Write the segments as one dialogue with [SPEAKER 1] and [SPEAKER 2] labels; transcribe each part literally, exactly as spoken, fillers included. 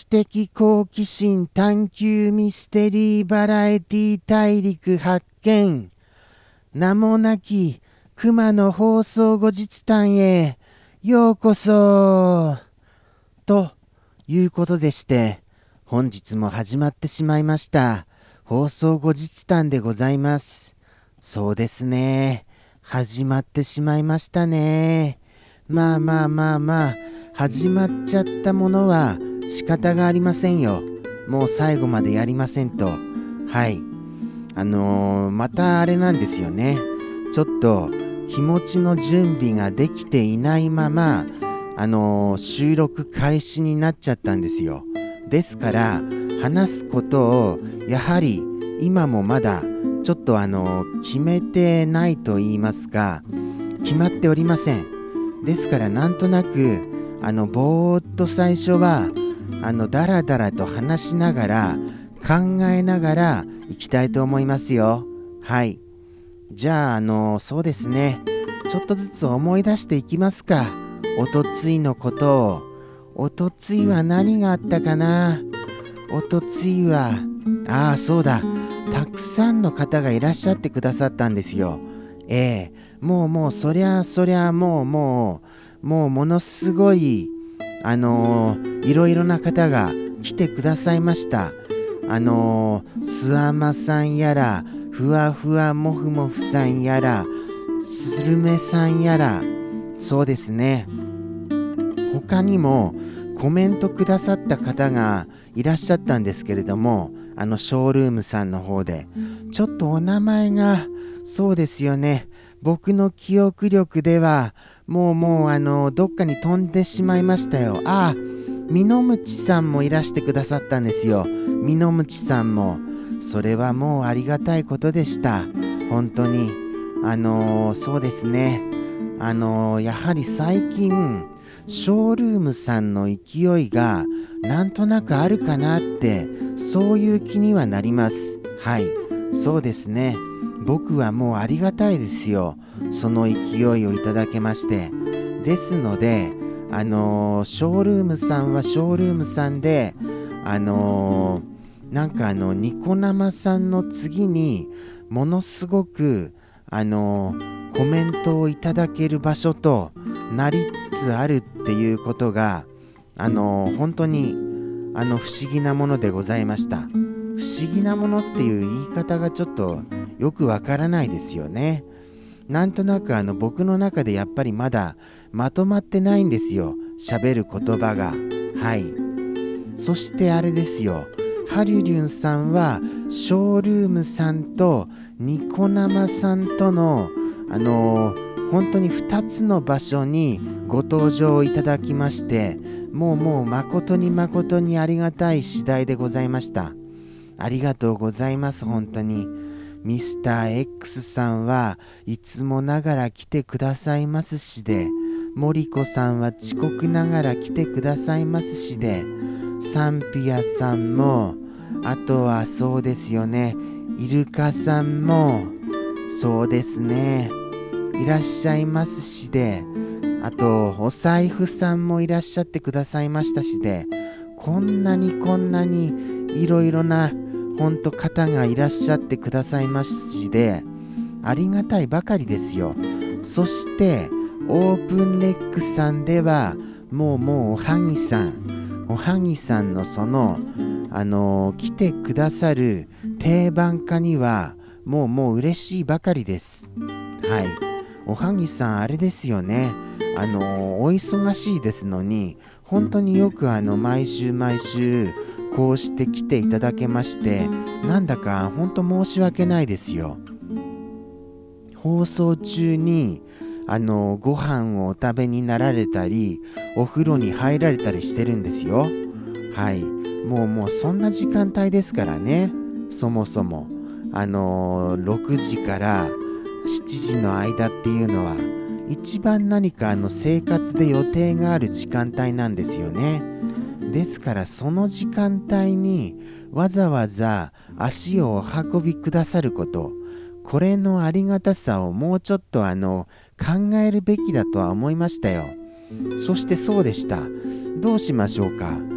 [SPEAKER 1] 的好奇心探求ミステリーバラエティ大陸発見。名もなき熊の放送後日談へようこそということでして、本日も始まってしまいました放送後日談でございます。そうですね、始まってしまいましたね。まあまあまあまあ、始まっちゃったものは仕方がありませんよ。もう最後までやりませんと。はいあのー、またあれなんですよね。ちょっと気持ちの準備ができていないままあのー、収録開始になっちゃったんですよ。ですから話すことをやはり今もまだちょっとあのー、決めてないと言いますか、決まっておりません。ですからなんとなくあのぼーっと最初はあのだらだらと話しながら考えながらいきたいと思いますよ。はいじゃああのそうですね、ちょっとずつ思い出していきますか。おとついのことを。おとついは何があったかな。おとついはああそうだ、たくさんの方がいらっしゃってくださったんですよ。ええもうもうそりゃそりゃもうもうもうものすごいあのー、いろいろな方が来てくださいました。あのー、すあまさんやらふわふわもふもふさんやらスルメさんやら、そうですね、他にもコメントくださった方がいらっしゃったんですけれども、あのショールームさんの方でちょっとお名前が、そうですよね、僕の記憶力ではもうもうあのどっかに飛んでしまいましたよ。ああみのむちさんもいらしてくださったんですよ。みのむちさんも、それはもうありがたいことでした。本当にあのー、そうですね、あのー、やはり最近ショールームさんの勢いがなんとなくあるかなって、そういう気にはなります。はいそうですね、僕はもうありがたいですよ、その勢いをいただけまして。ですのであのー、ショールームさんはショールームさんであのーなんかあのニコ生さんの次にものすごくあのコメントをいただける場所となりつつあるっていうことがあの本当にあの不思議なものでございました。不思議なものっていう言い方がちょっとよくわからないですよね。なんとなくあの僕の中でやっぱりまだまとまってないんですよ、喋る言葉が。はいそしてあれですよ、ハリュリュンさんはショールームさんとニコ生さんとのあのー、本当にふたつの場所にご登場いただきまして、もうもう誠に誠にありがたい次第でございました。ありがとうございます。本当にミスター X さんはいつもながら来てくださいますしで、モリコさんは遅刻ながら来てくださいますしで、サンピアさんも、あとはそうですよね、イルカさんもそうですねいらっしゃいますしで、あとお財布さんもいらっしゃってくださいましたしで、こんなにこんなにいろいろなほんと方がいらっしゃってくださいますしで、ありがたいばかりですよ。そしてオープンレックさんではもうもうおはぎさんおはぎさんのそのあのー、来てくださる定番化にはもうもう嬉しいばかりです。はいおはぎさんあれですよね、あのー、お忙しいですのに本当によくあの毎週毎週こうして来ていただけまして、なんだか本当申し訳ないですよ。放送中にあのご飯をお食べになられたりお風呂に入られたりしてるんですよ。はいもうもうそんな時間帯ですからね。そもそもあのー、ろくじからしちじの間っていうのは一番何かあの生活で予定がある時間帯なんですよね。ですからその時間帯にわざわざ足をお運びくださること、これのありがたさをもうちょっとあの考えるべきだとは思いましたよ。そしてそうでした。どうしましょうか。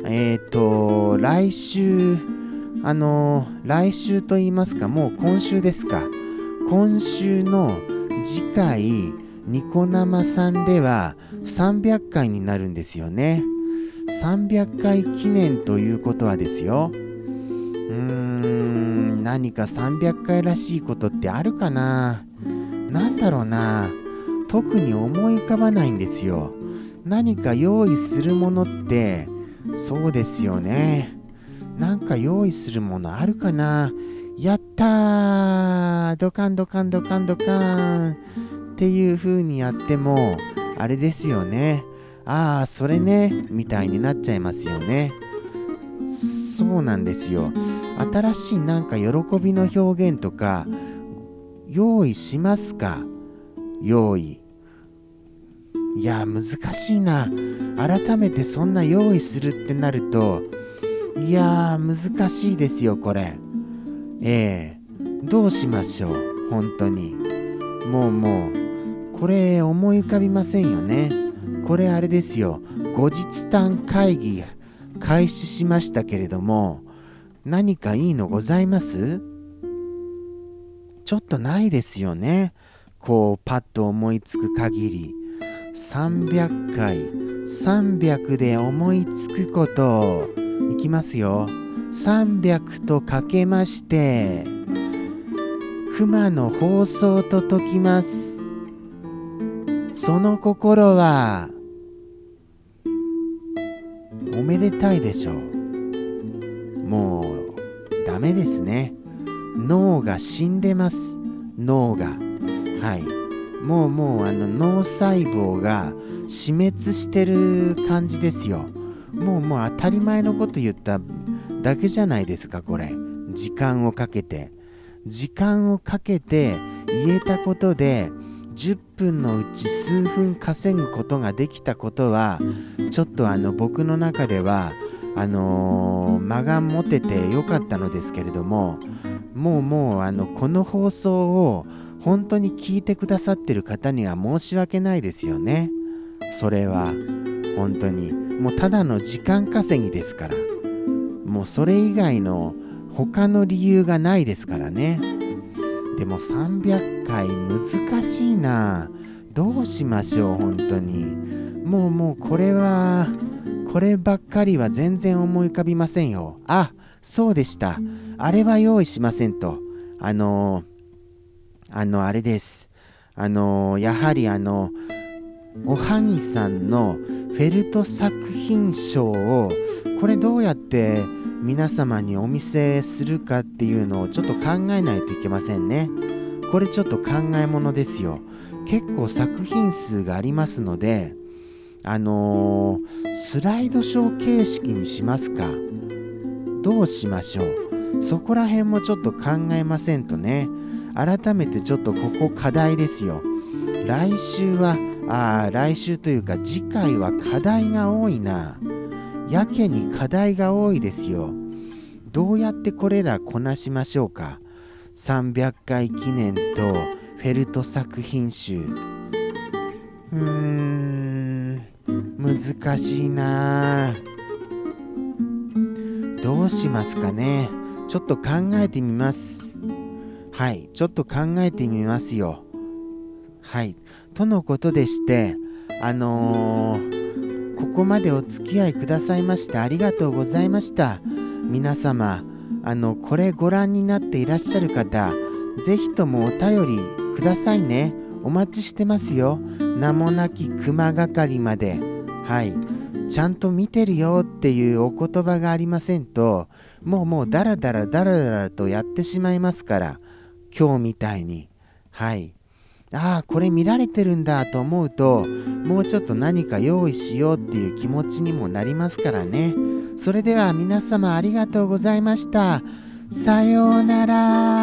[SPEAKER 1] えっと、来週、あの、来週と言いますか、もう今週ですか。今週の次回、ニコ生さんではさんびゃっかいになるんですよね。さんびゃっかい記念ということはですよ。うーん、何かさんびゃっかいらしいことってあるかな。なんだろうな。特に思い浮かばないんですよ。何か用意するものって、そうですよね。なんか用意するものあるかな。やったー、ドカンドカンドカンドカンっていう風にやっても、あれですよね。ああ、それね、みたいになっちゃいますよね。そうなんですよ。新しいなんか喜びの表現とか、用意しますか？用意。いや、難しいな。改めてそんな用意するってなると、いやー、難しいですよ、これ。ええどうしましょう、本当に。もうもう、これ思い浮かびませんよね。これあれですよ。後日談会議開始しましたけれども、何かいいのございます？ちょっとないですよね。こう、パッと思いつく限り。さんびゃっかい、さんびゃくで思いつくこと、いきますよ。さんびゃくとかけまして、熊の放送と解きます。その心は、おめでたいでしょう。もう、ダメですね。脳が死んでます。脳が。はい。もうもうあの脳細胞が死滅してる感じですよ。もうもう当たり前のこと言っただけじゃないですか、これ。時間をかけて。時間をかけて言えたことで、じゅっぷんのうち数分稼ぐことができたことは、ちょっとあの僕の中では、あのー、間が持ててよかったのですけれども、もうもうあのこの放送を本当に聞いてくださってる方には申し訳ないですよね。それは本当にもうただの時間稼ぎですから、もうそれ以外の他の理由がないですからね。でもさんびゃっかい難しいな。どうしましょう、本当に。もうもうこれはこればっかりは全然思い浮かびませんよ。あ、そうでした。あれは用意しませんと。あのあのあれです。あのやはりあのおはぎさんのフェルト作品賞をこれどうやって皆様にお見せするかっていうのをちょっと考えないといけませんね。これちょっと考えものですよ。結構作品数がありますので、あのー、スライドショー形式にしますか？どうしましょう？そこら辺もちょっと考えませんとね。改めてちょっとここ課題ですよ。来週はあ来週というか次回は課題が多いな。やけに課題が多いですよ。どうやってこれらこなしましょうか。さんびゃっかい記念とフェルト作品集。うーん難しいな。どうしますかね。ちょっと考えてみます。はい、ちょっと考えてみますよ。はい、とのことでして、あのー、ここまでお付き合いくださいましてありがとうございました。皆様、あの、これご覧になっていらっしゃる方、ぜひともお便りくださいね。お待ちしてますよ。名もなき熊係まで。はい、ちゃんと見てるよっていうお言葉がありませんと、もうもうダラダラダラダラとやってしまいますから。今日みたいに。はい。ああ、これ見られてるんだと思うと、もうちょっと何か用意しようっていう気持ちにもなりますからね。それでは皆様ありがとうございました。さようなら。